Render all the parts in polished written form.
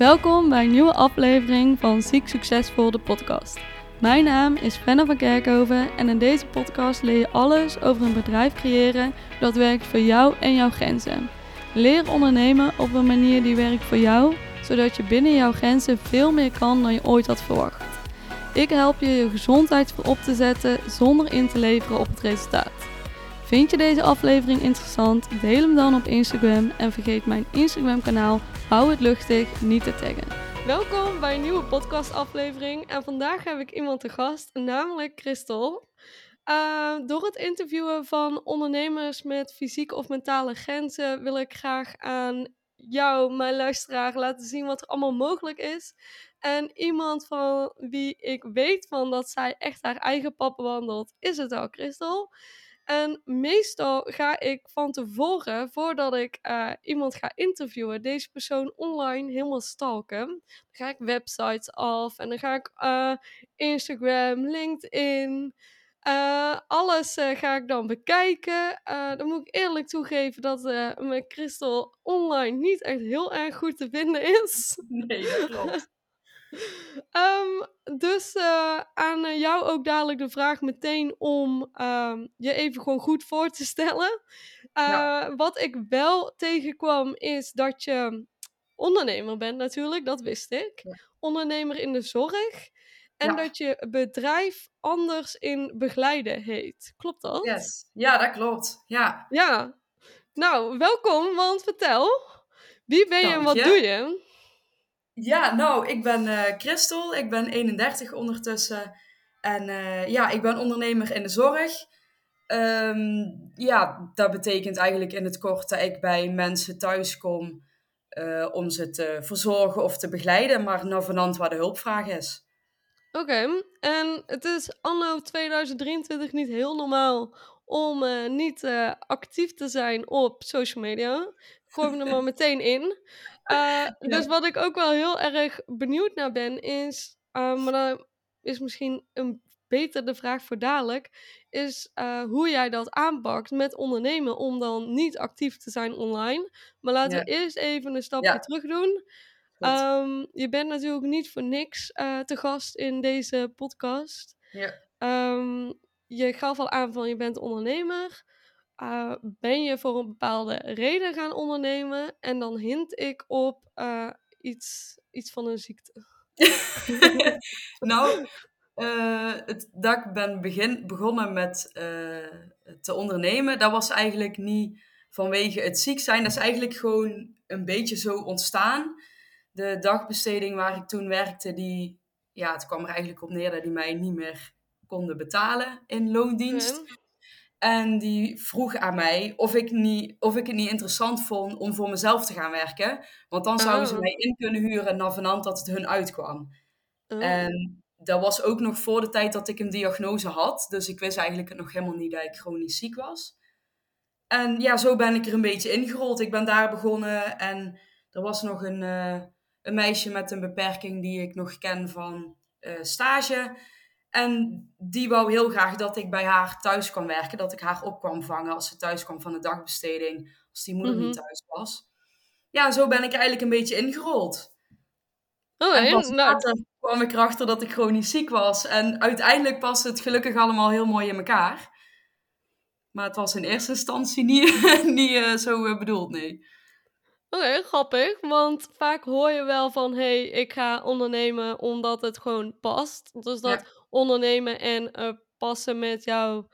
Welkom bij een nieuwe aflevering van Ziek Succesvol, de podcast. Mijn naam is Fenna van Kerkhoven en in deze podcast leer je alles over een bedrijf creëren dat werkt voor jou en jouw grenzen. Leer ondernemen op een manier die werkt voor jou, zodat je binnen jouw grenzen veel meer kan dan je ooit had verwacht. Ik help je je gezondheid voorop te zetten zonder in te leveren op het resultaat. Vind je deze aflevering interessant? Deel hem dan op Instagram en vergeet mijn Instagram kanaal Hou het luchtig niet te taggen. Welkom bij een nieuwe podcastaflevering en vandaag heb ik iemand te gast, namelijk Christel. Door het interviewen van ondernemers met fysieke of mentale grenzen wil ik graag aan jou, mijn luisteraar, laten zien wat er allemaal mogelijk is. En iemand van wie ik weet van dat zij echt haar eigen pad bewandelt, is het al Christel. En meestal ga ik van tevoren, voordat ik iemand ga interviewen, deze persoon online helemaal stalken. Dan ga ik websites af en dan ga ik Instagram, LinkedIn, alles ga ik dan bekijken. Dan moet ik eerlijk toegeven dat mijn Christel online niet echt heel erg goed te vinden is. Nee, dat klopt. Dus aan jou ook dadelijk de vraag meteen om je even gewoon goed voor te stellen. Ja. Wat ik wel tegenkwam is dat je ondernemer bent natuurlijk, dat wist ik. Ja. Ondernemer in de zorg. En Ja. dat je bedrijf anders in begeleiden heet. Klopt dat? Yes. Ja, dat klopt. Ja, Ja. Nou, welkom, want vertel. Wie ben je en dank wat doe je. je? Ja, nou, ik ben Christel. Ik ben 31 ondertussen. En ja, ik ben ondernemer in de zorg. Ja, dat betekent eigenlijk in het kort dat ik bij mensen thuis kom om ze te verzorgen of te begeleiden, maar navenant waar de hulpvraag is. Oké, en het is anno 2023 niet heel normaal om niet actief te zijn op social media. Gooi me er maar meteen in. Dus Ja. wat ik ook wel heel erg benieuwd naar ben is, maar dat is misschien een beter de vraag voor dadelijk, is hoe jij dat aanpakt met ondernemen om dan niet actief te zijn online. Maar laten Ja, we eerst even een stapje ja, terug doen. goed. Je bent natuurlijk niet voor niks te gast in deze podcast. Ja. Ehm, je gaf al aan van je bent ondernemer. Ben je voor een bepaalde reden gaan ondernemen? En dan hint ik op iets van een ziekte. Nou, dat ik ben begonnen met te ondernemen, dat was eigenlijk niet vanwege het ziek zijn. Dat is eigenlijk gewoon een beetje zo ontstaan. De dagbesteding waar ik toen werkte, ja, het kwam er eigenlijk op neer dat die mij niet meer konden betalen in loondienst. Oké. En die vroeg aan mij of ik het niet interessant vond om voor mezelf te gaan werken. Want dan zouden ze Ah, mij in kunnen huren navenant dat het hun uitkwam. oh. En dat was ook nog voor de tijd dat ik een diagnose had. Dus ik wist eigenlijk nog helemaal niet dat ik chronisch ziek was. En ja, zo ben ik er een beetje ingerold. Ik ben daar begonnen en er was nog een meisje met een beperking die ik nog ken van stage. En die wou heel graag dat ik bij haar thuis kwam werken. Dat ik haar op kwam vangen als ze thuis kwam van de dagbesteding. Als die moeder niet Mhm. thuis was. Ja, zo ben ik eigenlijk een beetje ingerold. En Oké, pas nou, later kwam ik erachter dat ik chronisch ziek was. En uiteindelijk past het gelukkig allemaal heel mooi in elkaar. Maar het was in eerste instantie niet zo bedoeld, nee. oké, grappig. Want vaak hoor je wel van, hey, ik ga ondernemen omdat het gewoon past. Dus Ja, dat ondernemen en passen met jouw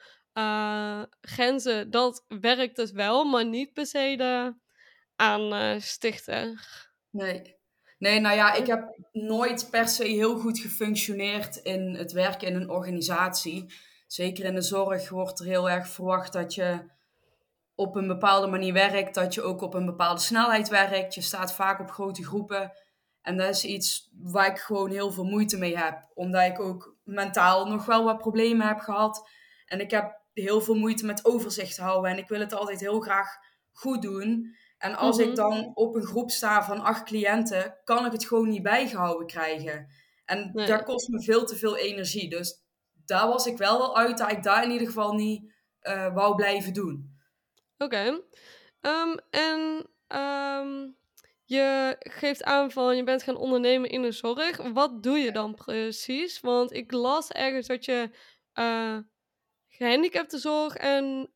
grenzen, dat werkt dus wel, maar niet per se de aanstichter. nee. Nee, nou ja, ik heb nooit per se heel goed gefunctioneerd in het werken in een organisatie. Zeker in de zorg wordt er heel erg verwacht dat je op een bepaalde manier werkt, dat je ook op een bepaalde snelheid werkt. Je staat vaak op grote groepen. En dat is iets waar ik gewoon heel veel moeite mee heb. Omdat ik ook mentaal nog wel wat problemen heb gehad. En ik heb heel veel moeite met overzicht houden. En ik wil het altijd heel graag goed doen. En als ik Mhm. dan op een groep sta van 8 cliënten, kan ik het gewoon niet bijgehouden krijgen. En dat Nee. kost me veel te veel energie. Dus daar was ik wel uit dat ik daar in ieder geval niet wou blijven doen. Oké. En je geeft aan van je bent gaan ondernemen in de zorg. Wat doe je dan precies? Want ik las ergens dat je eh gehandicaptenzorg en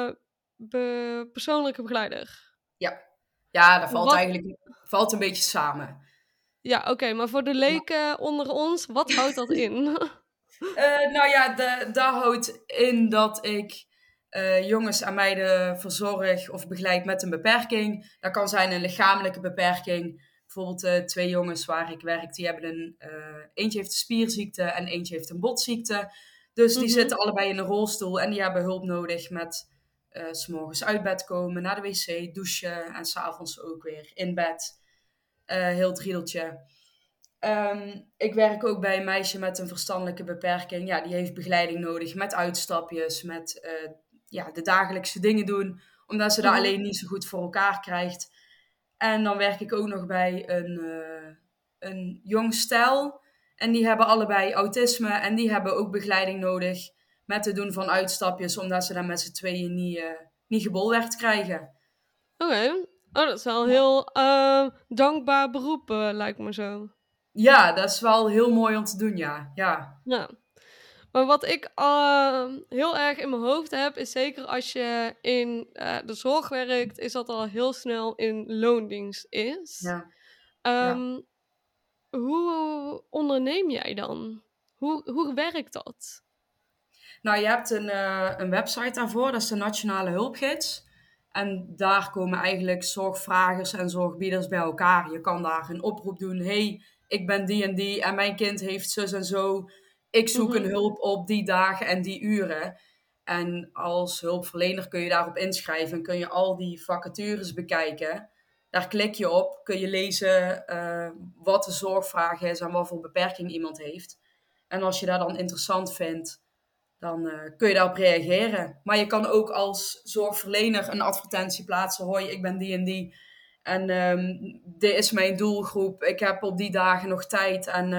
persoonlijke begeleider. Ja, ja, dat valt Wat eigenlijk valt een beetje samen. Ja, oké, maar voor de leken onder ons, wat houdt dat in? Nou ja, dat houdt in dat ik jongens en meiden verzorg of begeleid met een beperking. Dat kan zijn een lichamelijke beperking. Bijvoorbeeld 2 jongens waar ik werk, die hebben eentje heeft een spierziekte en eentje heeft een botziekte. Dus die Mhm. zitten allebei in een rolstoel en die hebben hulp nodig met 's morgens uit bed komen, naar de wc, douchen en 's avonds ook weer in bed. Heel het riedeltje. Ik werk ook bij een meisje met een verstandelijke beperking. Ja, die heeft begeleiding nodig met uitstapjes, met ja, de dagelijkse dingen doen, omdat ze dat Mhm. alleen niet zo goed voor elkaar krijgt. En dan werk ik ook nog bij een jong stel. En die hebben allebei autisme en die hebben ook begeleiding nodig met het doen van uitstapjes, omdat ze dat met z'n tweeën niet gebolwerkt krijgen. Oké. Oh, dat is wel een Ja. heel dankbaar beroep, lijkt me zo. Ja, dat is wel heel mooi om te doen, ja. Ja, Ja. Maar wat ik heel erg in mijn hoofd heb, is zeker als je in de zorg werkt, is dat al heel snel in loondienst is. ja, ja. Ehm, hoe onderneem jij dan? Hoe werkt dat? Nou, je hebt een website daarvoor, dat is de Nationale Hulpgids. En daar komen eigenlijk zorgvragers en zorgbieders bij elkaar. Je kan daar een oproep doen. Hey, ik ben die en mijn kind heeft zus en zo. Ik zoek een Mhm. hulp op die dagen en die uren. En als hulpverlener kun je daarop inschrijven en kun je al die vacatures bekijken. Daar klik je op, kun je lezen wat de zorgvraag is en wat voor beperking iemand heeft. En als je dat dan interessant vindt, dan kun je daarop reageren. Maar je kan ook als zorgverlener een advertentie plaatsen. Hoi, ik ben die en die. En dit is mijn doelgroep. Ik heb op die dagen nog tijd. En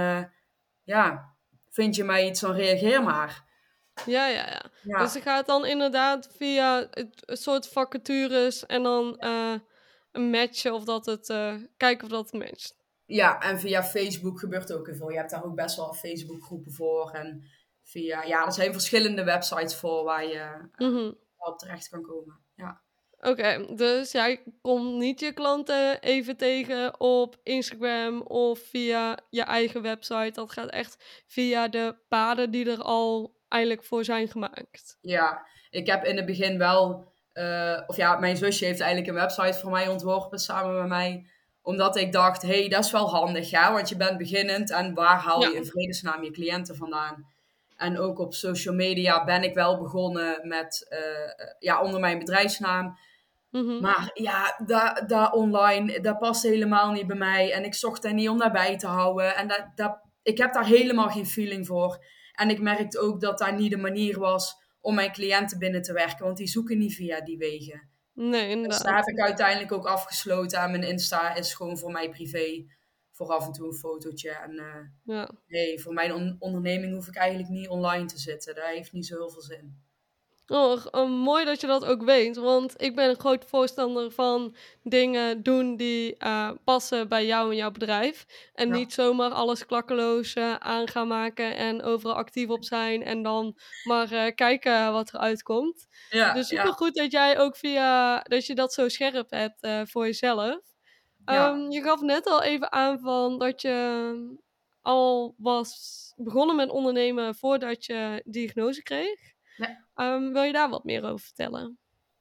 ja, vind je mij iets, dan reageer maar. Ja, ja, ja. Dus je Ja, gaat dan inderdaad via het soort vacatures en dan een matchen of dat het kijken of dat het matcht. ja, en via Facebook gebeurt ook heel veel. Je hebt daar ook best wel Facebookgroepen voor. En via, ja, er zijn verschillende websites voor waar je Mhm. op terecht kan komen. Ja. Oké, dus jij komt niet je klanten even tegen op Instagram of via je eigen website. Dat gaat echt via de paden die er al eigenlijk voor zijn gemaakt. Ja, ik heb in het begin wel, of ja, mijn zusje heeft eigenlijk een website voor mij ontworpen samen met mij. Omdat ik dacht, hey, dat is wel handig, ja, want je bent beginnend en waar haal Ja. je in vredesnaam je cliënten vandaan? En ook op social media ben ik wel begonnen met, ja, onder mijn bedrijfsnaam. Mhm. Maar ja, dat online, dat past helemaal niet bij mij. En ik zocht daar niet om daarbij te houden. En ik heb daar helemaal geen feeling voor. En ik merkte ook dat dat niet de manier was om mijn cliënten binnen te werken. Want die zoeken niet via die wegen. Nee, Dus daar heb inderdaad. ik uiteindelijk ook afgesloten. En mijn Insta is gewoon voor mij privé. Voor af en toe een fotootje. En Ja. nee, voor mijn onderneming hoef ik eigenlijk niet online te zitten. Dat heeft niet zo heel veel zin. Oh, mooi dat je dat ook weet, want ik ben een groot voorstander van dingen doen die passen bij jou en jouw bedrijf. En Ja, niet zomaar alles klakkeloos aan gaan maken en overal actief op zijn en dan maar kijken wat er uitkomt. ja, Dus ja. supergoed dat jij ook dat je dat zo scherp hebt voor jezelf. Ja. Je gaf net al even aan van dat je al was begonnen met ondernemen voordat je diagnose kreeg. Nee. Wil je daar wat meer over vertellen?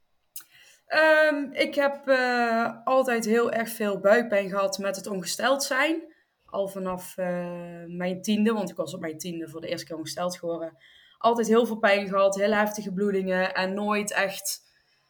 Ik heb altijd heel erg veel buikpijn gehad met het ongesteld zijn. Al vanaf mijn 10e, want ik was op mijn 10e voor de eerste keer ongesteld geworden. Altijd heel veel pijn gehad, heel heftige bloedingen en nooit echt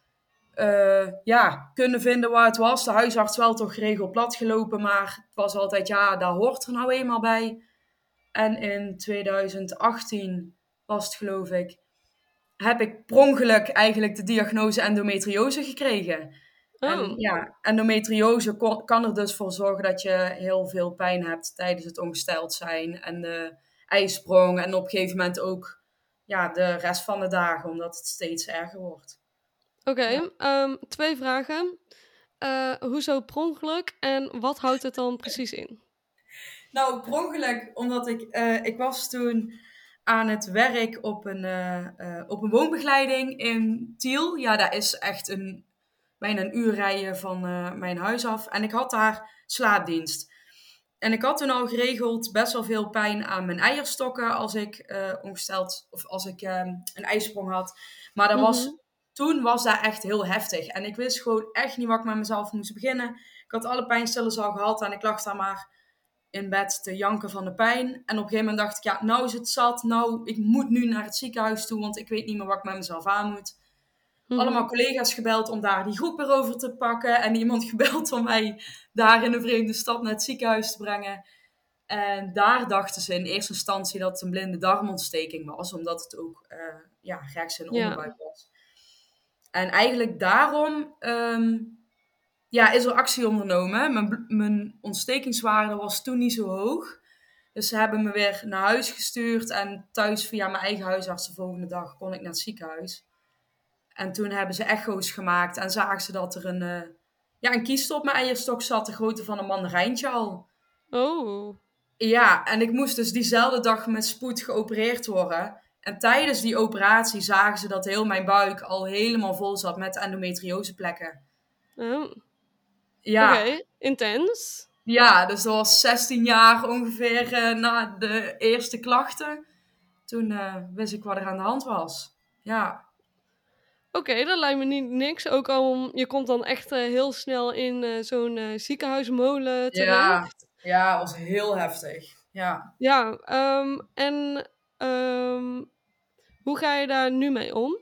ja, kunnen vinden waar het was. De huisarts wel toch geregeld plat gelopen, maar het was altijd, ja, daar hoort er nou eenmaal bij. En in 2018 was het, geloof ik, heb ik per ongeluk eigenlijk de diagnose endometriose gekregen. En Oh, ja, endometriose kan er dus voor zorgen dat je heel veel pijn hebt tijdens het ongesteld zijn en de ijsprong en op een gegeven moment ook ja, de rest van de dagen, omdat het steeds erger wordt. Ja, oké. 2 vragen. hoezo per ongeluk en wat houdt het dan precies in? Nou, per ongeluk, omdat ik was toen aan het werk op een woonbegeleiding in Tiel. Ja, dat is echt bijna een uur rijden van mijn huis af. En ik had daar slaapdienst. En ik had toen al geregeld best wel veel pijn aan mijn eierstokken als ik ongesteld of als ik een ijsprong had. Maar Mhm. toen was dat echt heel heftig. En ik wist gewoon echt niet wat ik met mezelf moest beginnen. Ik had alle pijnstillers al gehad en ik lag daar maar in bed te janken van de pijn. En op een gegeven moment dacht ik, ja, nou is het zat. Nou, ik moet nu naar het ziekenhuis toe, want ik weet niet meer wat ik met mezelf aan moet. Mhm. Allemaal collega's gebeld om daar die groep weer over te pakken. En iemand gebeld om mij daar in een vreemde stad naar het ziekenhuis te brengen. En daar dachten ze in eerste instantie dat het een blinde darmontsteking was, omdat het ook rechts in de Ja. onderbuik was. En eigenlijk daarom is er actie ondernomen. Mijn ontstekingswaarde was toen niet zo hoog. Dus ze hebben me weer naar huis gestuurd. En thuis via mijn eigen huisarts de volgende dag kon ik naar het ziekenhuis. En toen hebben ze echo's gemaakt en zagen ze dat er een kieste op mijn eierstok zat, de grootte van een mandarijntje al. Oh. Ja, en ik moest dus diezelfde dag met spoed geopereerd worden. En tijdens die operatie zagen ze dat heel mijn buik al helemaal vol zat met endometrioseplekken. Oh. Ja, Oké, intens. ja, dus dat was 16 jaar ongeveer na de eerste klachten. Toen wist ik wat er aan de hand was. Ja, Oké, dat lijkt me niet niks. Ook al, je komt dan echt heel snel in zo'n ziekenhuismolen ja, terecht. ja, was heel heftig. Ja. Ja, en hoe ga je daar nu mee om?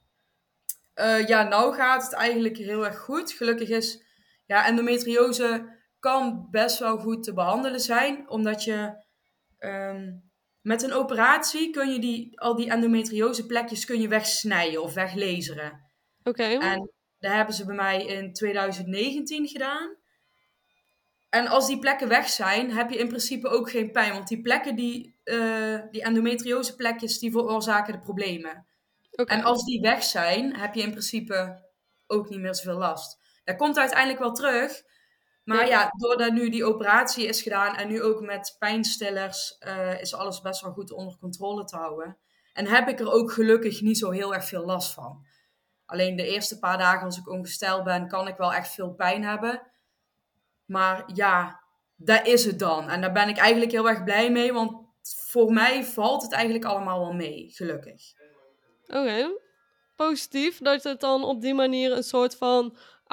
Nou gaat het eigenlijk heel erg goed. Gelukkig is, endometriose kan best wel goed te behandelen zijn, omdat je met een operatie kun je al die endometriose plekjes kun je wegsnijden of weglaseren. Oké, En dat hebben ze bij mij in 2019 gedaan. En als die plekken weg zijn, heb je in principe ook geen pijn. Want die plekken, die endometriose plekjes, die veroorzaken de problemen. En oké. als die weg zijn, heb je in principe ook niet meer zoveel last. Dat komt uiteindelijk wel terug. Maar Ja, ja, doordat nu die operatie is gedaan en nu ook met pijnstillers, is alles best wel goed onder controle te houden. En heb ik er ook gelukkig niet zo heel erg veel last van. Alleen de eerste paar dagen als ik ongesteld ben, kan ik wel echt veel pijn hebben. Maar ja, dat is het dan. En daar ben ik eigenlijk heel erg blij mee, want voor mij valt het eigenlijk allemaal wel mee, gelukkig. oké. Positief dat het dan op die manier een soort van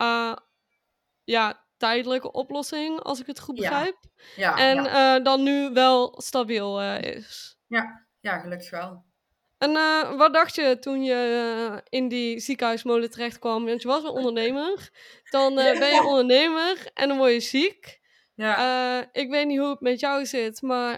tijdelijke oplossing, als ik het goed Ja, begrijp. ja, En ja. dan nu wel stabiel is. Ja, ja, gelukkig wel. En wat dacht je toen je in die ziekenhuismolen terecht kwam? Want je was een ondernemer. Dan ben je Ja, ondernemer en dan word je ziek. ja. Ik weet niet hoe het met jou zit, maar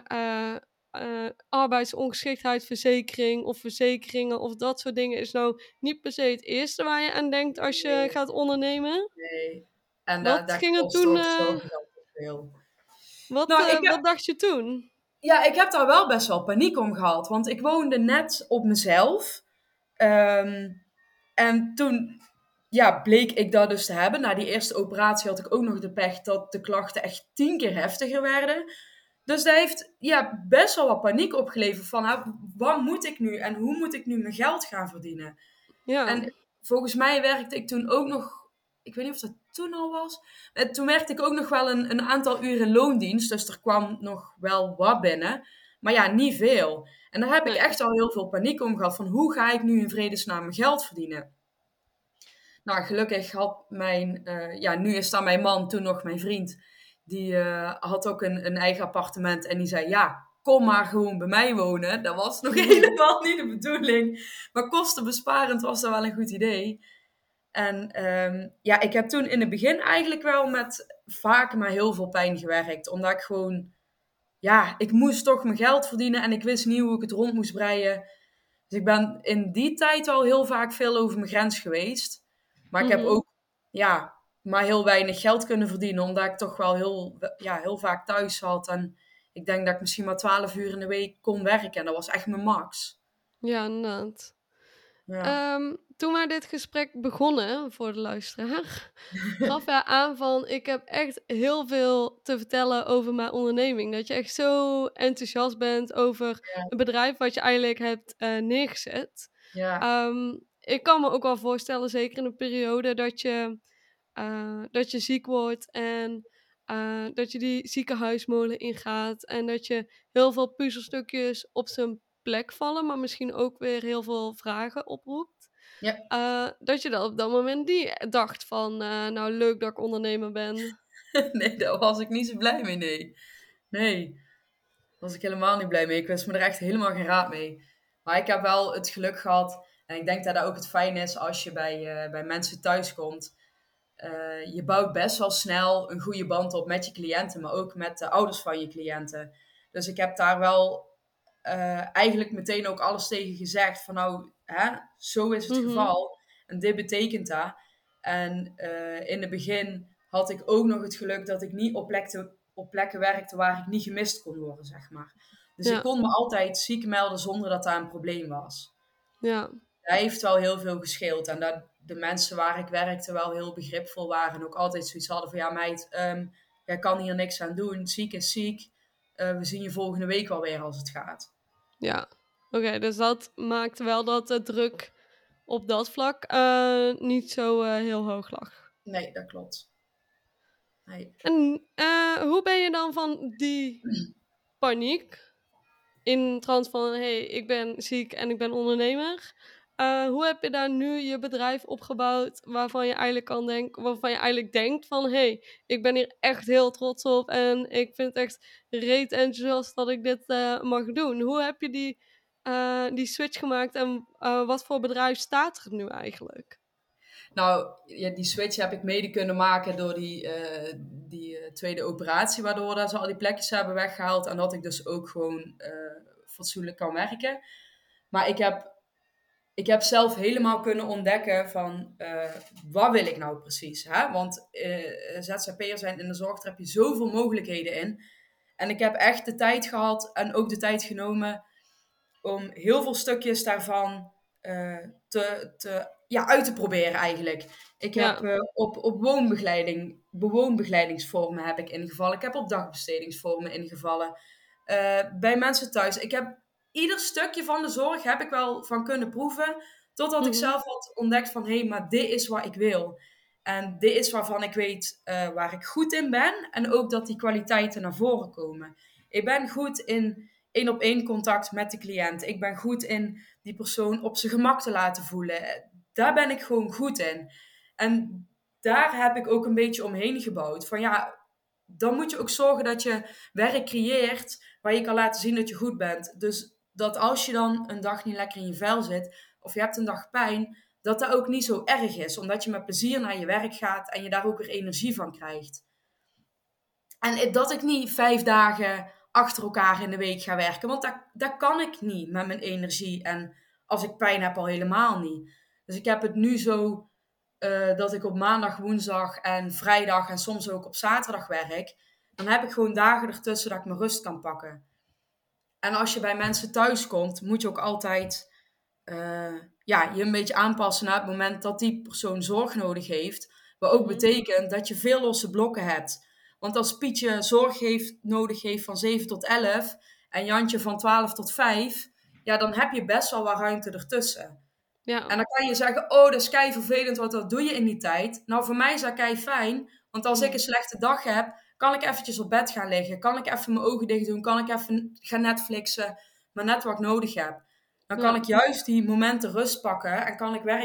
arbeidsongeschiktheidsverzekering of verzekeringen of dat soort dingen is nou niet per se het eerste waar je aan denkt als je Nee, gaat ondernemen. nee. En Wat dat ging er kost toen, ook zoveel te veel. wat, Nou, wat dacht je toen? ik heb daar wel best wel paniek om gehad. Want ik woonde net op mezelf. Ehm, en toen bleek ik dat dus te hebben. Na die eerste operatie had ik ook nog de pech dat de klachten echt 10 keer heftiger werden. Dus dat heeft best wel wat paniek opgeleverd van wat moet ik nu en hoe moet ik nu mijn geld gaan verdienen? Ja, En volgens mij werkte ik toen ook nog, ik weet niet of dat toen al was. Toen werkte ik ook nog wel een aantal uren loondienst, dus er kwam nog wel wat binnen. Maar ja, niet veel. En daar heb ik nee. echt al heel veel paniek om gehad van hoe ga ik nu in vredesnaam mijn geld verdienen? Nou, gelukkig had nu is dat mijn man, toen nog mijn vriend, die had ook een eigen appartement en die zei, ja, kom maar gewoon bij mij wonen. Dat was nog helemaal niet de bedoeling. Maar kostenbesparend was dat wel een goed idee. En ik heb toen in het begin eigenlijk wel met vaak maar heel veel pijn gewerkt. Omdat ik gewoon, ik moest toch mijn geld verdienen en ik wist niet hoe ik het rond moest breien. Dus ik ben in die tijd al heel vaak veel over mijn grens geweest. Maar ik heb Mhm. ook, maar heel weinig geld kunnen verdienen. Omdat ik toch wel heel vaak thuis zat. En ik denk dat ik misschien maar 12 uur in de week kon werken. En dat was echt mijn max. Ja, inderdaad. Ja. toen wij dit gesprek begonnen, voor de luisteraar, gaf jij aan van: ik heb echt heel veel te vertellen over mijn onderneming. Dat je echt zo enthousiast bent over Ja, een bedrijf wat je eigenlijk hebt neergezet. ja, Ik kan me ook wel voorstellen, zeker in een periode dat je ziek wordt en dat je die ziekenhuismolen ingaat en dat je heel veel puzzelstukjes op zijn plek vallen, maar misschien ook weer heel veel vragen oproept. ja. Dat je dan op dat moment die dacht van, nou leuk dat ik ondernemer ben. Nee, daar was ik niet zo blij mee, nee. Nee, daar was ik helemaal niet blij mee. Ik wist me er echt helemaal geen raad mee. Maar ik heb wel het geluk gehad, en ik denk dat dat ook het fijn is als je bij mensen thuiskomt. Je bouwt best wel snel een goede band op met je cliënten, maar ook met de ouders van je cliënten. Dus ik heb daar wel eigenlijk meteen ook alles tegen gezegd. Van nou, hè, zo is het Mhm. geval. En dit betekent dat. En in het begin had ik ook nog het geluk dat ik niet op plekken werkte waar ik niet gemist kon worden, zeg maar. Dus ik Ja, kon me altijd ziek melden zonder dat daar een probleem was. ja, Dat heeft wel heel veel gescheeld. En dat de mensen waar ik werkte wel heel begripvol waren. En ook altijd zoiets hadden van, ja meid, jij kan hier niks aan doen. Ziek is ziek. We zien je volgende week wel weer als het gaat. ja. Oké, dus dat maakt wel dat de druk op dat vlak niet zo heel hoog lag. Nee, dat klopt. Nee. En hoe ben je dan van die paniek in trant van: hey, ik ben ziek en ik ben ondernemer. Hoe heb je daar nu je bedrijf opgebouwd waarvan je eigenlijk denkt van: hey, ik ben hier echt heel trots op en ik vind het echt reet enthousiast dat ik dit mag doen. Hoe heb je die switch gemaakt en wat voor bedrijf staat er nu eigenlijk? Nou, ja, die switch heb ik mede kunnen maken door die tweede operatie, waardoor dat ze al die plekjes hebben weggehaald en dat ik dus ook gewoon fatsoenlijk kan werken. Maar ik heb zelf helemaal kunnen ontdekken van wat wil ik nou precies. Hè? Want ZZP'er zijn in de zorg, daar heb je zoveel mogelijkheden in. En ik heb echt de tijd gehad en ook de tijd genomen om heel veel stukjes daarvan uit te proberen eigenlijk. Ik heb Ja, op bewoonbegeleidingsvormen heb ik ingevallen. Ik heb op dagbestedingsvormen ingevallen. Bij mensen thuis. Ik heb ieder stukje van de zorg heb ik wel van kunnen proeven. Totdat ik mhm, zelf had ontdekt van, hé, maar dit is wat ik wil. En dit is waarvan ik weet waar ik goed in ben. En ook dat die kwaliteiten naar voren komen. Ik ben goed in één op één contact met de cliënt. Ik ben goed in die persoon op zijn gemak te laten voelen. Daar ben ik gewoon goed in. En daar heb ik ook een beetje omheen gebouwd. Van ja, dan moet je ook zorgen dat je werk creëert waar je kan laten zien dat je goed bent. Dus dat als je dan een dag niet lekker in je vel zit of je hebt een dag pijn, dat dat ook niet zo erg is. Omdat je met plezier naar je werk gaat en je daar ook weer energie van krijgt. En dat ik niet 5 dagen achter elkaar in de week ga werken. Want dat kan ik niet met mijn energie. En als ik pijn heb, al helemaal niet. Dus ik heb het nu zo dat ik op maandag, woensdag en vrijdag en soms ook op zaterdag werk. Dan heb ik gewoon dagen ertussen dat ik mijn rust kan pakken. En als je bij mensen thuis komt, moet je ook altijd je een beetje aanpassen naar het moment dat die persoon zorg nodig heeft. Wat ook mhm. betekent dat je veel losse blokken hebt. Want als Pietje nodig heeft van 7 tot 11 en Jantje van 12 tot 5, ja, dan heb je best wel wat ruimte ertussen. Ja, En dan kan je zeggen, oh, dat is kei vervelend, wat doe je in die tijd? Nou, voor mij is dat kei fijn, want als ik mhm, een slechte dag heb, kan ik eventjes op bed gaan liggen. Kan ik even mijn ogen dicht doen, kan ik even gaan Netflixen, maar net wat ik nodig heb. Dan kan ja. ik juist die momenten rust pakken en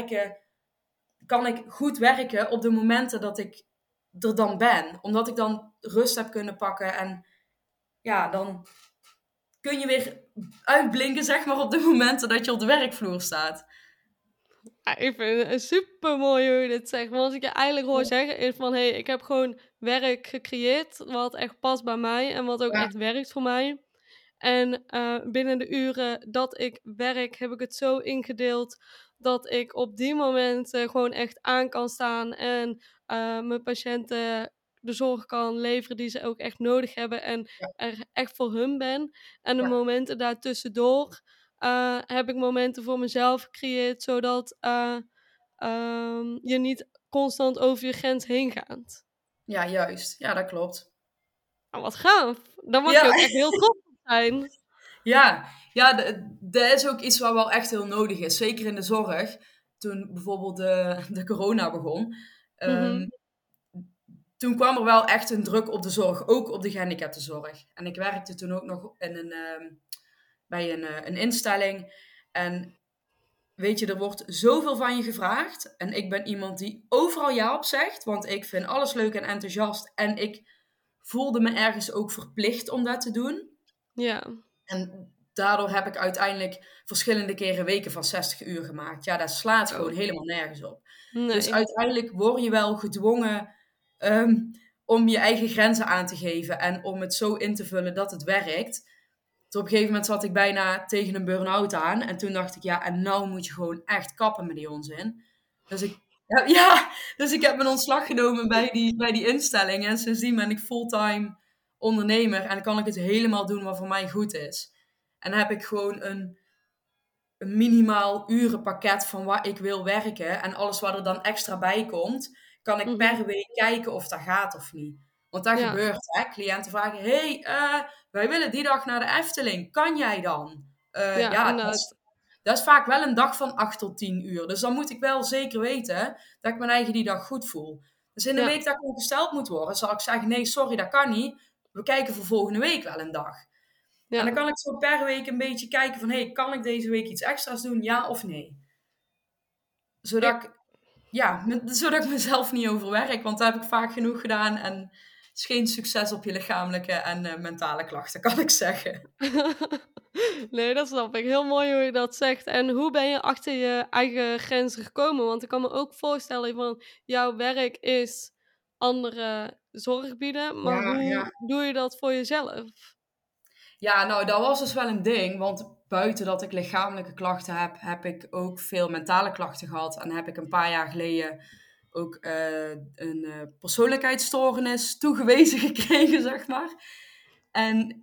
kan ik goed werken op de momenten dat ik er dan ben. Omdat ik dan rust heb kunnen pakken en ja, dan kun je weer uitblinken, zeg maar, op de momenten dat je op de werkvloer staat. Ja, ik vind het super mooi hoe je dit zegt. Want wat ik je eigenlijk hoor zeggen is van: hey, ik heb gewoon werk gecreëerd wat echt past bij mij en wat ook Ja, echt werkt voor mij. En binnen de uren dat ik werk, heb ik het zo ingedeeld dat ik op die momenten gewoon echt aan kan staan en mijn patiënten de zorg kan leveren die ze ook echt nodig hebben en ja, er echt voor hun ben. En de ja, momenten daartussendoor heb ik momenten voor mezelf gecreëerd, zodat je niet constant over je grens heen gaat. Ja, juist. Ja, dat klopt. Nou, wat gaaf. Daar mag je Ja, ook echt heel trots op zijn. ja, dat is ook iets wat wel echt heel nodig is. Zeker in de zorg. Toen bijvoorbeeld de corona begon. Mhm. ehm, Toen kwam er wel echt een druk op de zorg. Ook op de gehandicaptenzorg. En ik werkte toen ook nog bij een instelling. En weet je, er wordt zoveel van je gevraagd. En ik ben iemand die overal ja op zegt. Want ik vind alles leuk en enthousiast. En ik voelde me ergens ook verplicht om dat te doen. Ja. En daardoor heb ik uiteindelijk verschillende keren weken van 60 uur gemaakt. Ja, dat slaat gewoon Oh. helemaal nergens op. Dus Nee. uiteindelijk word je wel gedwongen ehm, om je eigen grenzen aan te geven en om het zo in te vullen dat het werkt. Tot op een gegeven moment zat ik bijna tegen een burn-out aan. En toen dacht ik, ja, en nou moet je gewoon echt kappen met die onzin. Dus dus ik heb mijn ontslag genomen bij die instelling. En sindsdien ben ik fulltime ondernemer. En dan kan ik het helemaal doen wat voor mij goed is. En dan heb ik gewoon een minimaal urenpakket van waar ik wil werken. En alles wat er dan extra bij komt, kan ik Mhm. per week kijken of dat gaat of niet. Want dat Ja. gebeurt, hè. Cliënten vragen, hey, wij willen die dag naar de Efteling. Kan jij dan? Ja, Ja, inderdaad. dat is vaak wel een dag van 8 tot 10 uur. Dus dan moet ik wel zeker weten dat ik mijn eigen die dag goed voel. Dus in de Ja. week dat ik ongesteld moet worden, zal ik zeggen, nee, sorry, dat kan niet. We kijken voor volgende week wel een dag. En dan Ja. kan ik zo per week een beetje kijken van, hey, kan ik deze week iets extra's doen, ja of nee? Zodat Ik zodat ik mezelf niet overwerk, want dat heb ik vaak genoeg gedaan en het is geen succes op je lichamelijke en mentale klachten, kan ik zeggen. Nee, dat snap ik. Heel mooi hoe je dat zegt. En hoe ben je achter je eigen grenzen gekomen? Want ik kan me ook voorstellen van jouw werk is andere zorg bieden, maar Ja, hoe ja. doe je dat voor jezelf? Ja, nou, dat was dus wel een ding. Want buiten dat ik lichamelijke klachten heb, heb ik ook veel mentale klachten gehad. En heb ik een paar jaar geleden ook een persoonlijkheidsstoornis toegewezen gekregen, zeg maar. En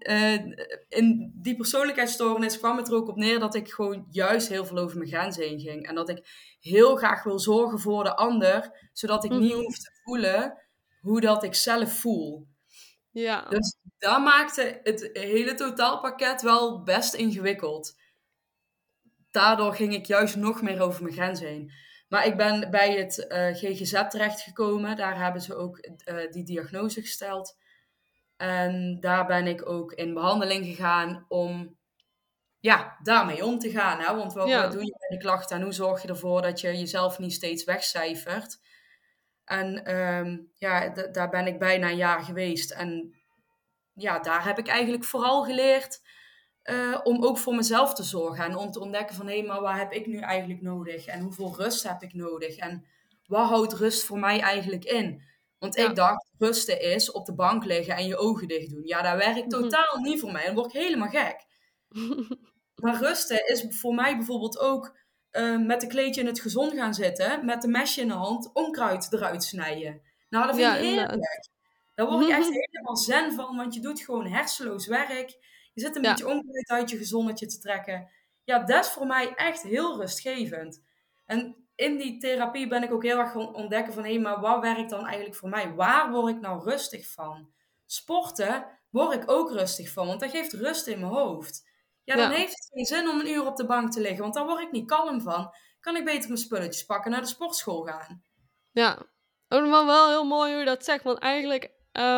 in die persoonlijkheidsstoornis kwam het er ook op neer dat ik gewoon juist heel veel over mijn grenzen heen ging. En dat ik heel graag wil zorgen voor de ander, zodat ik niet Mhm. hoef te voelen hoe dat ik zelf voel. Ja. Dus dat maakte het hele totaalpakket wel best ingewikkeld. Daardoor ging ik juist nog meer over mijn grens heen. Maar ik ben bij het GGZ terechtgekomen. Daar hebben ze ook die diagnose gesteld. En daar ben ik ook in behandeling gegaan om daarmee om te gaan. Hè? Want wat Ja. doe je bij de klachten en hoe zorg je ervoor dat je jezelf niet steeds wegcijfert? En daar ben ik bijna een jaar geweest. En ja, daar heb ik eigenlijk vooral geleerd om ook voor mezelf te zorgen. En om te ontdekken van, hé, maar wat heb ik nu eigenlijk nodig? En hoeveel rust heb ik nodig? En wat houdt rust voor mij eigenlijk in? Want ik Ja. dacht, rusten is op de bank liggen en je ogen dicht doen. Ja, dat werkt Mhm. totaal niet voor mij. Dan word ik helemaal gek. Maar rusten is voor mij bijvoorbeeld ook met een kleedje in het gezond gaan zitten, met een mesje in de hand, onkruid eruit snijden. Nou, dat vind Ja, ik inderdaad. heerlijk. Daar word ik echt helemaal zen van, want je doet gewoon hersenloos werk. Je zit een Ja. beetje onkruid uit je gezonnetje te trekken. Ja, dat is voor mij echt heel rustgevend. En in die therapie ben ik ook heel erg gaan ontdekken van, hé, maar wat werkt dan eigenlijk voor mij? Waar word ik nou rustig van? Sporten word ik ook rustig van, want dat geeft rust in mijn hoofd. Ja, dan Ja. heeft het geen zin om een uur op de bank te liggen, want daar word ik niet kalm van. Kan ik beter mijn spulletjes pakken, naar de sportschool gaan. Ja. Ook nog wel heel mooi hoe je dat zegt, want eigenlijk,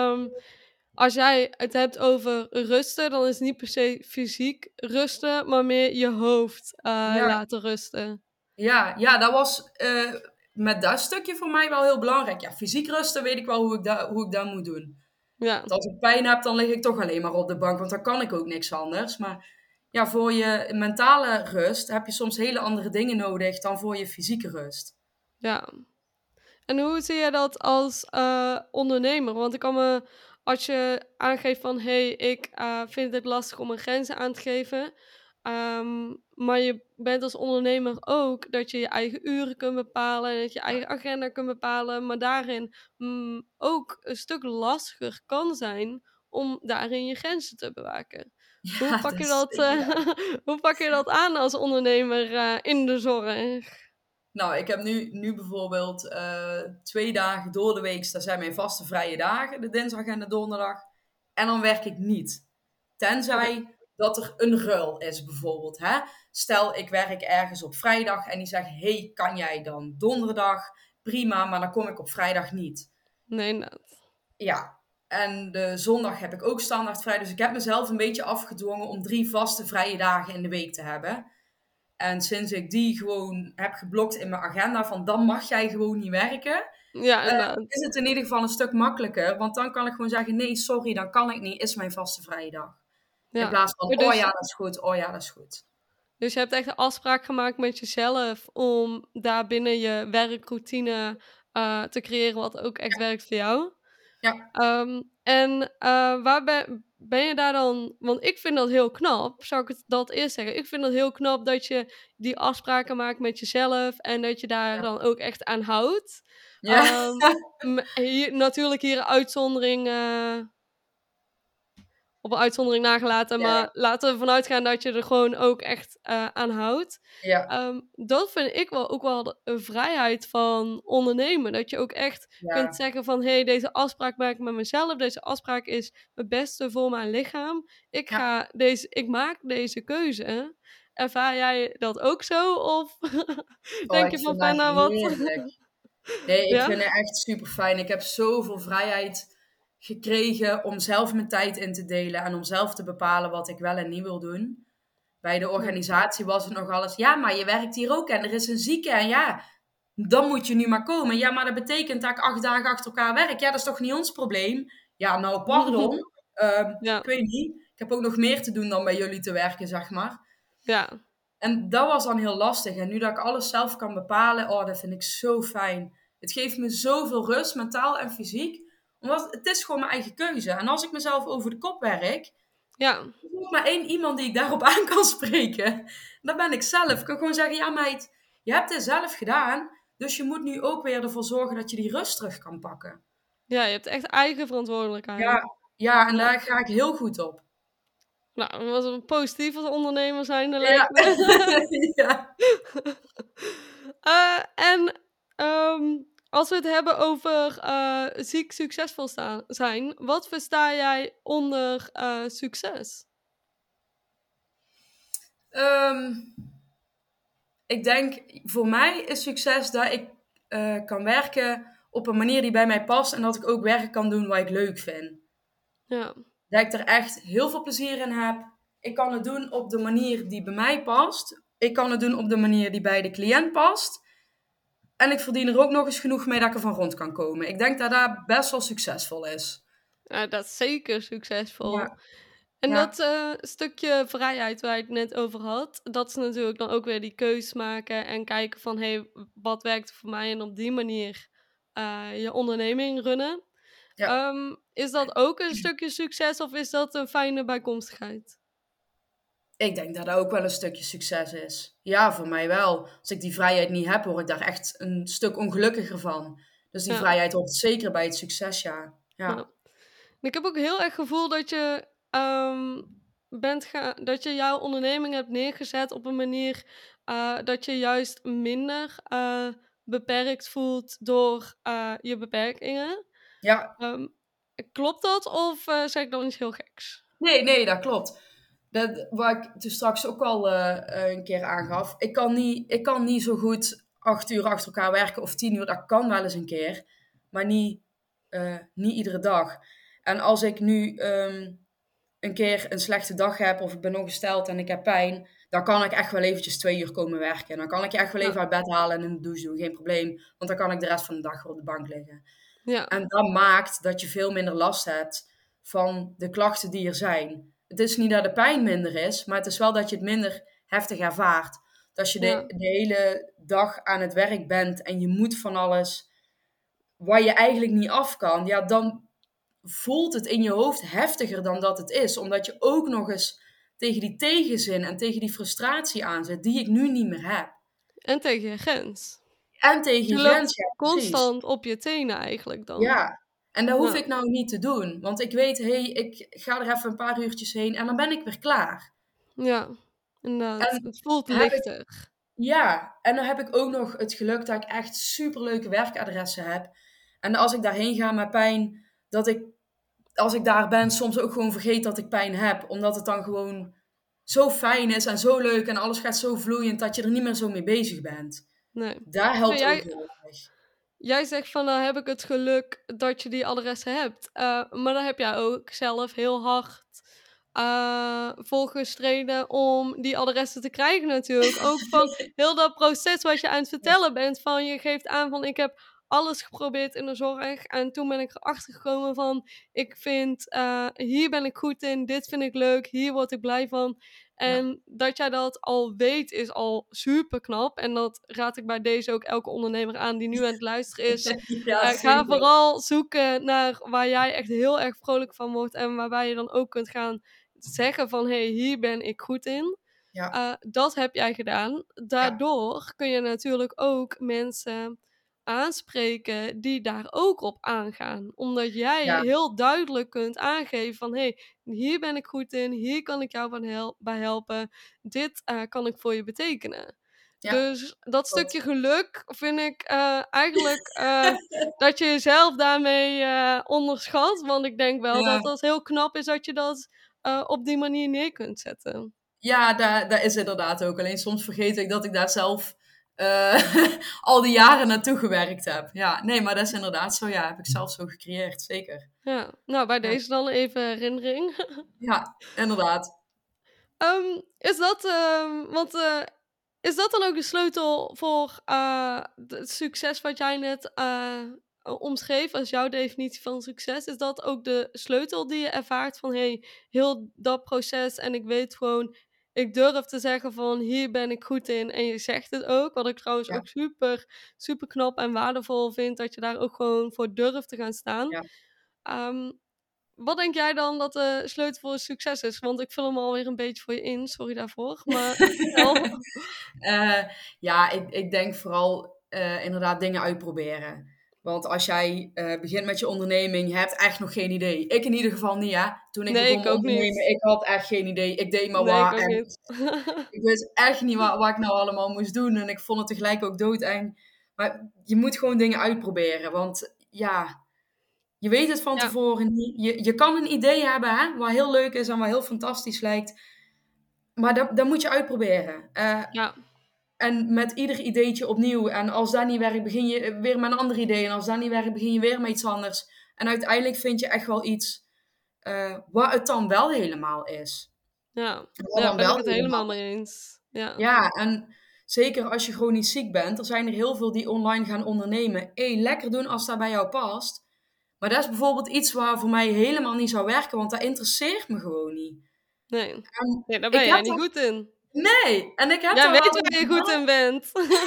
als jij het hebt over rusten, dan is het niet per se fysiek rusten, maar meer je hoofd, Ja, laten rusten. ja, dat was met dat stukje voor mij wel heel belangrijk. Ja, fysiek rusten weet ik wel hoe ik dat moet doen. Ja. Want als ik pijn heb, dan lig ik toch alleen maar op de bank, want dan kan ik ook niks anders. Maar ja, voor je mentale rust heb je soms hele andere dingen nodig dan voor je fysieke rust. Ja. En hoe zie je dat als, ondernemer? Want ik kan me als je aangeeft van: "Hey, ik, vind het lastig om mijn grenzen aan te geven." Maar je bent als ondernemer ook dat je je eigen uren kunt bepalen, dat je eigen agenda kunt bepalen, maar daarin, ook een stuk lastiger kan zijn om daarin je grenzen te bewaken. Hoe Ja, pak dat je is dat, zeker waar. hoe pak je dat aan als ondernemer, in de zorg? Nou, ik heb nu bijvoorbeeld 2 dagen door de week, dat zijn mijn vaste vrije dagen, de dinsdag en de donderdag. En dan werk ik niet. Oké. Tenzij dat er een ruil is bijvoorbeeld. Hè? Stel, ik werk ergens op vrijdag en die zeggen, hey, kan jij dan donderdag? Prima, maar dan kom ik op vrijdag niet. Nee, inderdaad. Ja, en de zondag heb ik ook standaard vrij. Dus ik heb mezelf een beetje afgedwongen om 3 vaste vrije dagen in de week te hebben. En sinds ik die gewoon heb geblokt in mijn agenda van dan mag jij gewoon niet werken, Ja, is inderdaad. het in ieder geval een stuk makkelijker. Want dan kan ik gewoon zeggen, nee, sorry, dan kan ik niet, is mijn vaste vrije dag. In Ja. plaats van, Maar oh ja, dus, dat is goed, oh ja, dat is goed. dus je hebt echt een afspraak gemaakt met jezelf om daar binnen je werkroutine te creëren wat ook echt Ja, werkt voor jou. ja, En waar ben je daar dan, want ik vind dat heel knap, zou ik dat eerst zeggen. Ik vind dat heel knap dat je die afspraken maakt met jezelf en dat je daar ja. dan ook echt aan houdt. Ja, Natuurlijk hier een uitzondering, op een uitzondering nagelaten, ja, maar laten we ervan uitgaan dat je er gewoon ook echt aan houdt. ja, Dat vind ik wel ook wel een vrijheid van ondernemen. Dat je ook echt kunt ja, zeggen van, hey, deze afspraak maak ik met mezelf. Deze afspraak is het beste voor mijn lichaam. ja. Ik maak deze keuze. Ervaar jij dat ook zo? Of Oh, denk ik je van, vind dat Fenna, wat? heerlijk. Nee, ik Ja? vind het echt super fijn. Ik heb zoveel vrijheid gekregen om zelf mijn tijd in te delen en om zelf te bepalen wat ik wel en niet wil doen. Bij de Ja. organisatie was het nog alles, ja, maar je werkt hier ook en er is een zieke en ja, dan moet je nu maar komen. Ja, maar dat betekent dat ik 8 dagen achter elkaar werk. Ja, dat is toch niet ons probleem? Ja, nou, pardon. Ik Ja, weet niet. Ik heb ook nog meer te doen dan bij jullie te werken, zeg maar. ja. En dat was dan heel lastig. En nu dat ik alles zelf kan bepalen, oh, dat vind ik zo fijn. Het geeft me zoveel rust, mentaal en fysiek. Omdat het is gewoon mijn eigen keuze. En als ik mezelf over de kop werk, Ja, is er ook maar één iemand die ik daarop aan kan spreken. Dat ben ik zelf. Ik kan gewoon zeggen, ja meid, je hebt het zelf gedaan. Dus je moet nu ook weer ervoor zorgen dat je die rust terug kan pakken. ja, je hebt echt eigen verantwoordelijkheid. Ja, ja, en Ja. daar ga ik heel goed op. Nou, dat was een positief als ondernemer zijnde, Ja, lijkt me. ja. En als we het hebben over ziek succesvol zijn, wat versta jij onder succes? Ehm, ik denk, voor mij is succes dat ik kan werken op een manier die bij mij past en dat ik ook werk kan doen wat ik leuk vind. Ja, Dat ik er echt heel veel plezier in heb. Ik kan het doen op de manier die bij mij past. Ik kan het doen op de manier die bij de cliënt past. En ik verdien er ook nog eens genoeg mee dat ik er van rond kan komen. Ik denk dat dat best wel succesvol is. dat is zeker succesvol. Ja, En ja, dat stukje vrijheid waar je het net over had, dat is natuurlijk dan ook weer die keus maken en kijken van, hey, wat werkt voor mij en op die manier je onderneming runnen. ja. Is dat ook een stukje succes of is dat een fijne bijkomstigheid? Ik denk dat dat ook wel een stukje succes is. Ja, voor mij wel. Als ik die vrijheid niet heb, word ik daar echt een stuk ongelukkiger van. Dus die Ja, vrijheid hoort zeker bij het succes, ja. ja. Ja, En ik heb ook heel erg het gevoel dat je, dat je jouw onderneming hebt neergezet op een manier dat je juist minder beperkt voelt door je beperkingen. ja. Ehm, Klopt dat of zeg ik dan iets heel geks? Nee, nee, dat klopt. Dat, wat ik toen straks ook al een keer aangaf. Ik kan niet zo goed 8 uur achter elkaar werken of 10 uur. Dat kan wel eens een keer. Maar niet iedere dag. En als ik nu een keer een slechte dag heb of ik ben ongesteld en ik heb pijn, dan kan ik echt wel eventjes 2 uur komen werken. En dan kan ik je echt wel Ja, even uit bed halen en in de douche doen, geen probleem. Want dan kan ik de rest van de dag weer op de bank liggen. ja, En dat maakt dat je veel minder last hebt van de klachten die er zijn. Het is niet dat de pijn minder is, maar het is wel dat je het minder heftig ervaart. Dat als je ja. de hele dag aan het werk bent en je moet van alles waar je eigenlijk niet af kan, ja, dan voelt het in je hoofd heftiger dan dat het is. Omdat je ook nog eens tegen die tegenzin en tegen die frustratie aanzet, die ik nu niet meer heb. En tegen je grens. En tegen Je je grens, loopt ja, precies. constant op je tenen eigenlijk dan. Ja, en dat hoef Ja, ik nou niet te doen. Want ik weet, hé, ik ga er even een paar uurtjes heen en dan ben ik weer klaar. ja, inderdaad. En Het voelt heb ik lichter. Ja, en dan heb ik ook nog het geluk dat ik echt superleuke werkadressen heb. En als ik daarheen ga met pijn, dat ik, als ik daar ben, soms ook gewoon vergeet dat ik pijn heb. Omdat het dan gewoon zo fijn is en zo leuk en alles gaat zo vloeiend dat je er niet meer zo mee bezig bent. Nee. Daar Nee, helpt ook heel erg. jij zegt van, dan heb ik het geluk dat je die adressen hebt. Maar dan heb jij ook zelf heel hard voor gestreden om die adressen te krijgen natuurlijk. Ook van heel dat proces wat je aan het vertellen bent. Van je geeft aan van ik heb alles geprobeerd in de zorg. En toen ben ik erachter gekomen van ik vind hier ben ik goed in, dit vind ik leuk, hier word ik blij van. Ja, En dat jij dat al weet is al super knap. En dat raad ik bij deze ook elke ondernemer aan die nu aan het luisteren is. ja, Ga zeker. vooral zoeken naar waar jij echt heel erg vrolijk van wordt. En waarbij je dan ook kunt gaan zeggen van hey, hier ben ik goed in. Ja, Dat heb jij gedaan. ja, Daardoor kun je natuurlijk ook mensen aanspreken die daar ook op aangaan. Omdat jij ja, heel duidelijk kunt aangeven van hey, hier ben ik goed in, hier kan ik jou bij helpen, dit kan ik voor je betekenen. ja, Dus dat klopt. stukje geluk vind ik eigenlijk dat je jezelf daarmee onderschat. Want ik denk wel Ja, dat dat heel knap is dat je dat op die manier neer kunt zetten. ja, daar is inderdaad ook. Alleen soms vergeet ik dat ik daar zelf al die jaren naartoe gewerkt heb. Ja, nee, maar dat is inderdaad zo. Ja, heb ik zelf zo gecreëerd, zeker. Ja, nou bij Ja, deze dan even herinnering. ja, inderdaad. Is dat, want is dat dan ook de sleutel voor het succes wat jij net omschreef als jouw definitie van succes? Is dat ook de sleutel die je ervaart van hey, heel dat proces en ik weet gewoon, ik durf te zeggen van hier ben ik goed in en je zegt het ook. Wat ik trouwens Ja, ook super, super knap en waardevol vind, dat je daar ook gewoon voor durft te gaan staan. ja. Ehm, wat denk jij dan dat de sleutel voor succes is? Want ik vul hem alweer een beetje voor je in, sorry daarvoor. Maar vertel. Eh, ja, ik denk vooral inderdaad dingen uitproberen. Want als jij begint met je onderneming, je hebt echt nog geen idee. Ik in ieder geval niet, hè. Toen ik Nee, begon ik met ook ondernemen, niet. ik had echt geen idee. Ik deed maar Nee, ik wat ook en niet. ik wist echt niet wat ik nou allemaal moest doen. En ik vond het tegelijk ook doodeng. Maar je moet gewoon dingen uitproberen. Want ja, je weet het van Ja, tevoren niet. Je kan een idee hebben, hè, wat heel leuk is en wat heel fantastisch lijkt. Maar dat moet je uitproberen. ja, En met ieder ideetje opnieuw. En als dat niet werkt, begin je weer met een ander idee. En als dat niet werkt, begin je weer met iets anders. En uiteindelijk vind je echt wel iets wat het dan wel helemaal is. ja. Wat Ja, dan ben ik wel het helemaal helemaal. mee eens. Ja, Ja, en zeker als je chronisch ziek bent. Er zijn er heel veel die online gaan ondernemen. Lekker doen als dat bij jou past. Maar dat is bijvoorbeeld iets waar voor mij helemaal niet zou werken. Want dat interesseert me gewoon niet. nee. En Nee, daar ben ik jij heb niet dat... goed in. Nee, en ik heb Jij daar wel weet waar over je goed in bent.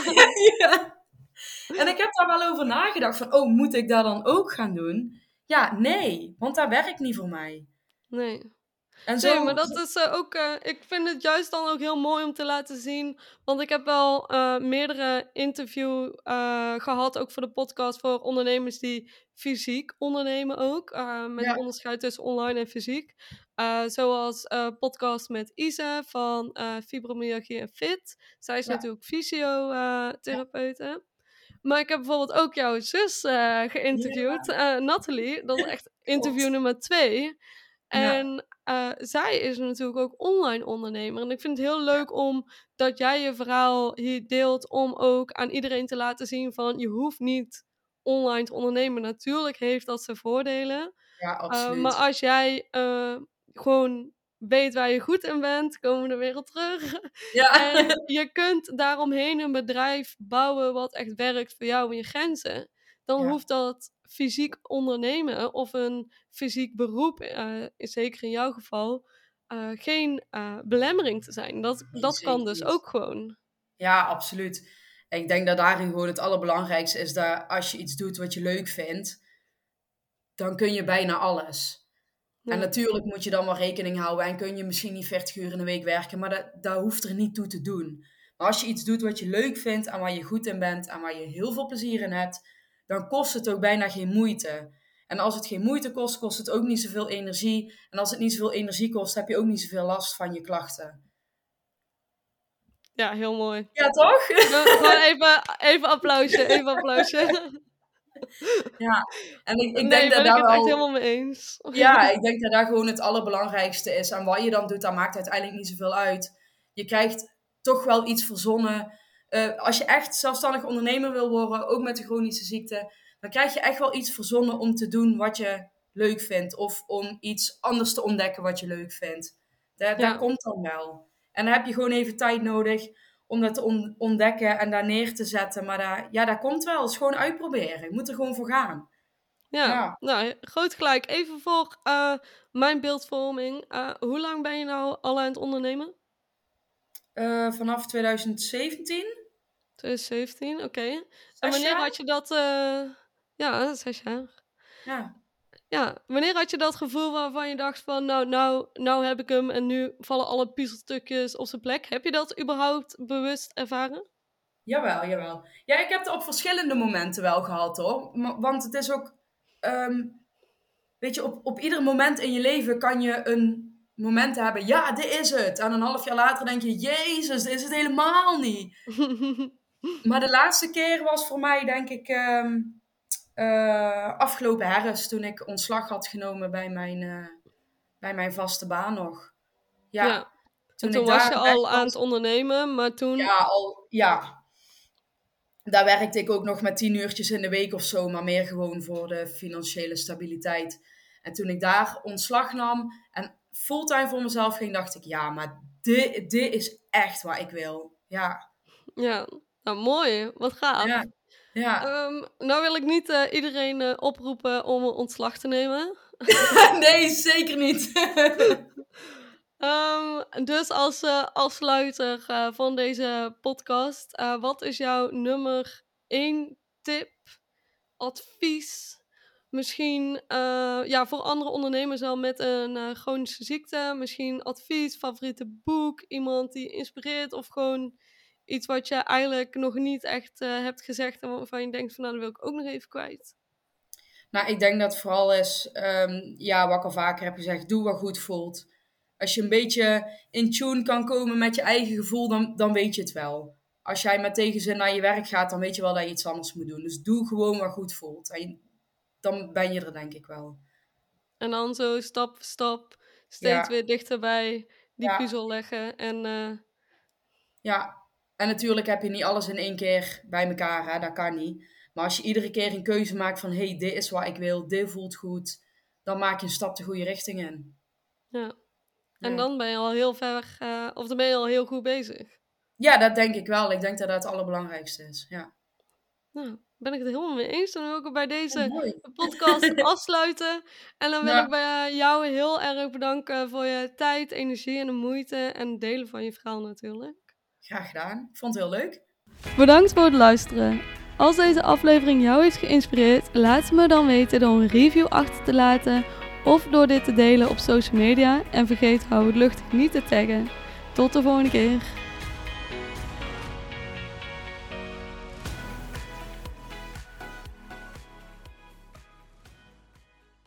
ja. En ik heb daar wel over nagedacht van, oh, moet ik dat dan ook gaan doen? Ja, nee, want dat werkt niet voor mij. Nee. En Nee, maar zo, dat is ook. Ik vind het juist dan ook heel mooi om te laten zien. Want ik heb wel meerdere interviews gehad, ook voor de podcast, voor ondernemers die fysiek ondernemen ook. Met ja, onderscheid tussen online en fysiek. Zoals podcast met Isa van Fibromyalgie en Fit. Zij is ja, natuurlijk ja, fysiotherapeute. Maar ik heb bijvoorbeeld ook jouw zus geïnterviewd, ja, Nathalie. Dat is echt interview klopt. nummer 2. Ja, En zij is natuurlijk ook online ondernemer. En ik vind het heel leuk om dat jij je verhaal hier deelt om ook aan iedereen te laten zien van je hoeft niet online te ondernemen. Natuurlijk heeft dat zijn voordelen. ja, Maar absoluut. als jij gewoon weet waar je goed in bent, komen we er weer op terug. Ja, En je kunt daaromheen een bedrijf bouwen wat echt werkt voor jou en je grenzen. Dan ja, hoeft dat fysiek ondernemen of een fysiek beroep, zeker in jouw geval, geen belemmering te zijn. Dat, nee, dat kan zeker dus niet. ook gewoon. Ja, absoluut. Ik denk dat daarin gewoon het allerbelangrijkste is dat als je iets doet wat je leuk vindt, dan kun je bijna alles. En Ja, natuurlijk moet je dan wel rekening houden en kun je misschien niet 40 uur in de week werken, maar dat hoeft er niet toe te doen. Maar als je iets doet wat je leuk vindt en waar je goed in bent en waar je heel veel plezier in hebt, dan kost het ook bijna geen moeite. En als het geen moeite kost, kost het ook niet zoveel energie. En als het niet zoveel energie kost, heb je ook niet zoveel last van je klachten. Ja, heel mooi. Ja, toch? Gewoon even applausje. Ja, en ik Nee, denk dat ben ik daar het echt wel... helemaal mee eens. Ja, ik denk dat daar gewoon het allerbelangrijkste is. En wat je dan doet, dat maakt uiteindelijk niet zoveel uit. Je krijgt toch wel iets verzonnen. Als je echt zelfstandig ondernemer wil worden, ook met de chronische ziekte, dan krijg je echt wel iets verzonnen om te doen wat je leuk vindt. Of om iets anders te ontdekken wat je leuk vindt. Dat komt dan wel. En dan heb je gewoon even tijd nodig om dat te ontdekken en daar neer te zetten. Maar dat komt wel. Het is gewoon uitproberen. Je moet er gewoon voor gaan. Ja, nou, groot gelijk. Even voor mijn beeldvorming. Hoe lang ben je nou al aan het ondernemen? Vanaf 2017. 2017, oké. En 6 wanneer jaar? had je dat... Ja, 6 jaar. Ja. Ja, wanneer had je dat gevoel waarvan je dacht van... Nou heb ik hem en nu vallen alle puzzelstukjes op zijn plek. Heb je dat überhaupt bewust ervaren? Jawel. Ja, ik heb het op verschillende momenten wel gehad hoor. Want het is ook... weet je, op ieder moment in je leven kan je een moment hebben... Ja, dit is het. En een half jaar later denk je... Jezus, dit is het helemaal niet. Maar de laatste keer was voor mij denk ik... afgelopen herfst, toen ik ontslag had genomen bij mijn vaste baan nog. Ja. En toen ik was daar je weg al aan was, het ondernemen, maar toen... ja. Daar werkte ik ook nog met 10 uurtjes in de week of zo, maar meer gewoon voor de financiële stabiliteit. En toen ik daar ontslag nam en fulltime voor mezelf ging, dacht ik, ja, maar dit is echt wat ik wil. Ja. Ja, nou mooi. Wat gaaf. Ja. Nou wil ik niet iedereen oproepen om een ontslag te nemen. Nee, zeker niet. Dus als afsluiter van deze podcast, wat is jouw nummer 1 tip, advies? Misschien voor andere ondernemers wel met een chronische ziekte. Misschien advies, favoriete boek, iemand die inspireert of gewoon iets wat je eigenlijk nog niet echt hebt gezegd en waarvan je denkt van nou, dat wil ik ook nog even kwijt. Nou, ik denk dat het vooral is, wat ik al vaker heb gezegd, doe wat goed voelt. Als je een beetje in tune kan komen met je eigen gevoel, dan weet je het wel. Als jij met tegenzin naar je werk gaat, dan weet je wel dat je iets anders moet doen. Dus doe gewoon wat goed voelt. En dan ben je er denk ik wel. En dan zo stap voor stap steeds Ja, weer dichterbij die ja, puzzel leggen en... ja. En natuurlijk heb je niet alles in één keer bij elkaar, hè? Dat kan niet. Maar als je iedere keer een keuze maakt van, hey, dit is wat ik wil, dit voelt goed, dan maak je een stap de goede richting in. Ja. En Ja. dan ben je al heel ver, of dan ben je al heel goed bezig. Ja, dat denk ik wel. Ik denk dat dat het allerbelangrijkste is. Ja. Nou, ben ik het helemaal mee eens. Dan wil ik bij deze Mooi. podcast afsluiten. En dan wil Ja. ik bij jou heel erg bedanken voor je tijd, energie en de moeite. En het delen van je verhaal natuurlijk. Graag gedaan. Ik vond het heel leuk. Bedankt voor het luisteren. Als deze aflevering jou heeft geïnspireerd, laat me dan weten door een review achter te laten of door dit te delen op social media. En vergeet Hou het Luchtig niet te taggen. Tot de volgende keer.